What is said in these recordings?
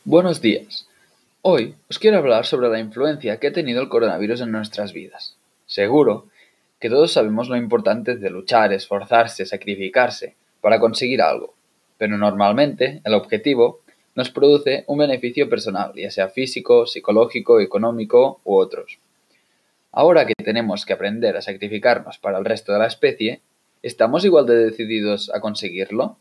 Buenos días. Hoy os quiero hablar sobre la influencia que ha tenido el coronavirus en nuestras vidas. Seguro que todos sabemos lo importante de luchar, esforzarse, sacrificarse para conseguir algo, pero normalmente el objetivo nos produce un beneficio personal, ya sea físico, psicológico, económico u otros. Ahora que tenemos que aprender a sacrificarnos para el resto de la especie, ¿estamos igual de decididos a conseguirlo?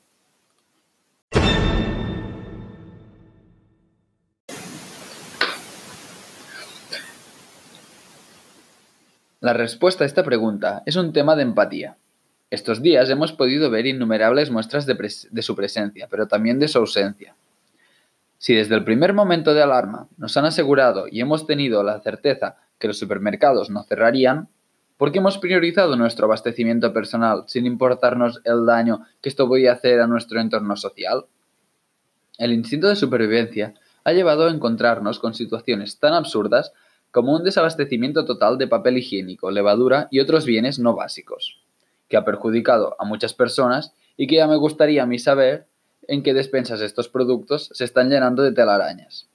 La respuesta a esta pregunta es un tema de empatía. Estos días hemos podido ver innumerables muestras de su presencia, pero también de su ausencia. Si desde el primer momento de alarma nos han asegurado y hemos tenido la certeza que los supermercados no cerrarían, ¿por qué hemos priorizado nuestro abastecimiento personal sin importarnos el daño que esto podía hacer a nuestro entorno social? El instinto de supervivencia ha llevado a encontrarnos con situaciones tan absurdas como un desabastecimiento total de papel higiénico, levadura y otros bienes no básicos, que ha perjudicado a muchas personas y que ya me gustaría a mí saber en qué despensas estos productos se están llenando de telarañas.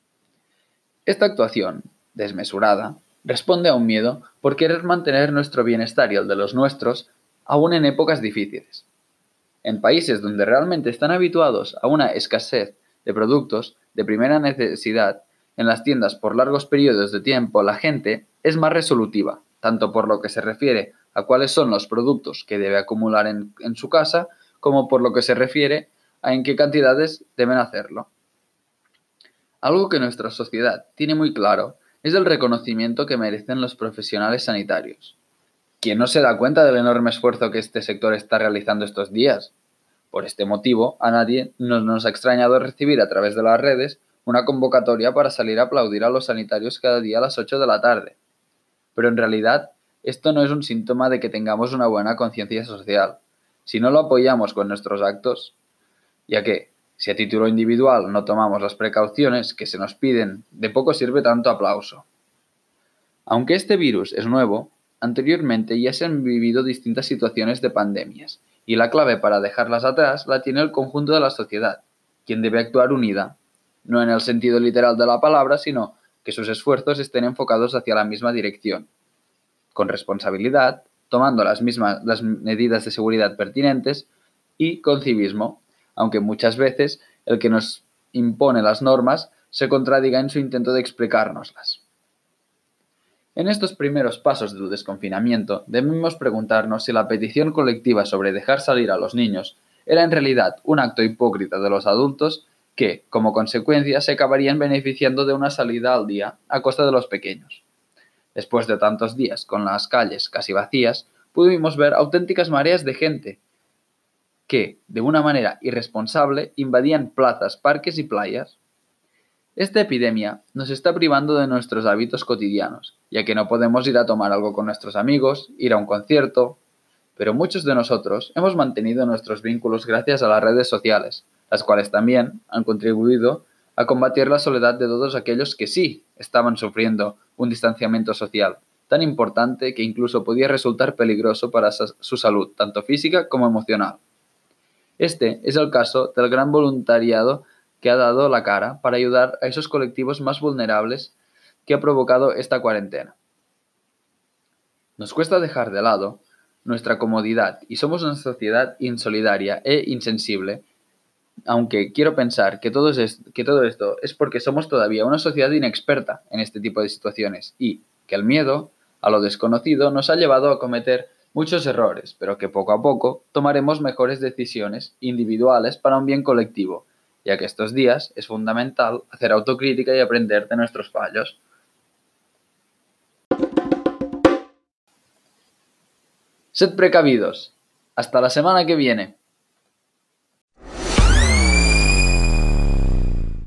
Esta actuación, desmesurada, responde a un miedo por querer mantener nuestro bienestar y el de los nuestros aún en épocas difíciles. En países donde realmente están habituados a una escasez de productos de primera necesidad en las tiendas por largos periodos de tiempo, la gente es más resolutiva, tanto por lo que se refiere a cuáles son los productos que debe acumular en su casa, como por lo que se refiere a en qué cantidades deben hacerlo. Algo que nuestra sociedad tiene muy claro es el reconocimiento que merecen los profesionales sanitarios. ¿Quién no se da cuenta del enorme esfuerzo que este sector está realizando estos días? Por este motivo, a nadie nos ha extrañado recibir a través de las redes una convocatoria para salir a aplaudir a los sanitarios cada día a las 8 de la tarde. Pero en realidad, esto no es un síntoma de que tengamos una buena conciencia social, si no lo apoyamos con nuestros actos, ya que, si a título individual no tomamos las precauciones que se nos piden, de poco sirve tanto aplauso. Aunque este virus es nuevo, anteriormente ya se han vivido distintas situaciones de pandemias, y la clave para dejarlas atrás la tiene el conjunto de la sociedad, quien debe actuar unida, no en el sentido literal de la palabra, sino que sus esfuerzos estén enfocados hacia la misma dirección, con responsabilidad, tomando las medidas de seguridad pertinentes y con civismo, aunque muchas veces el que nos impone las normas se contradiga en su intento de explicárnoslas. En estos primeros pasos del desconfinamiento, debemos preguntarnos si la petición colectiva sobre dejar salir a los niños era en realidad un acto hipócrita de los adultos que, como consecuencia, se acabarían beneficiando de una salida al día a costa de los pequeños. Después de tantos días con las calles casi vacías, pudimos ver auténticas mareas de gente que, de una manera irresponsable, invadían plazas, parques y playas. Esta epidemia nos está privando de nuestros hábitos cotidianos, ya que no podemos ir a tomar algo con nuestros amigos, ir a un concierto, pero muchos de nosotros hemos mantenido nuestros vínculos gracias a las redes sociales, las cuales también han contribuido a combatir la soledad de todos aquellos que sí estaban sufriendo un distanciamiento social, tan importante que incluso podía resultar peligroso para su salud, tanto física como emocional. Este es el caso del gran voluntariado que ha dado la cara para ayudar a esos colectivos más vulnerables que ha provocado esta cuarentena. Nos cuesta dejar de lado nuestra comodidad y somos una sociedad insolidaria e insensible, aunque quiero pensar que todo esto es porque somos todavía una sociedad inexperta en este tipo de situaciones y que el miedo a lo desconocido nos ha llevado a cometer muchos errores, pero que poco a poco tomaremos mejores decisiones individuales para un bien colectivo, ya que estos días es fundamental hacer autocrítica y aprender de nuestros fallos. Sed precavidos. Hasta la semana que viene.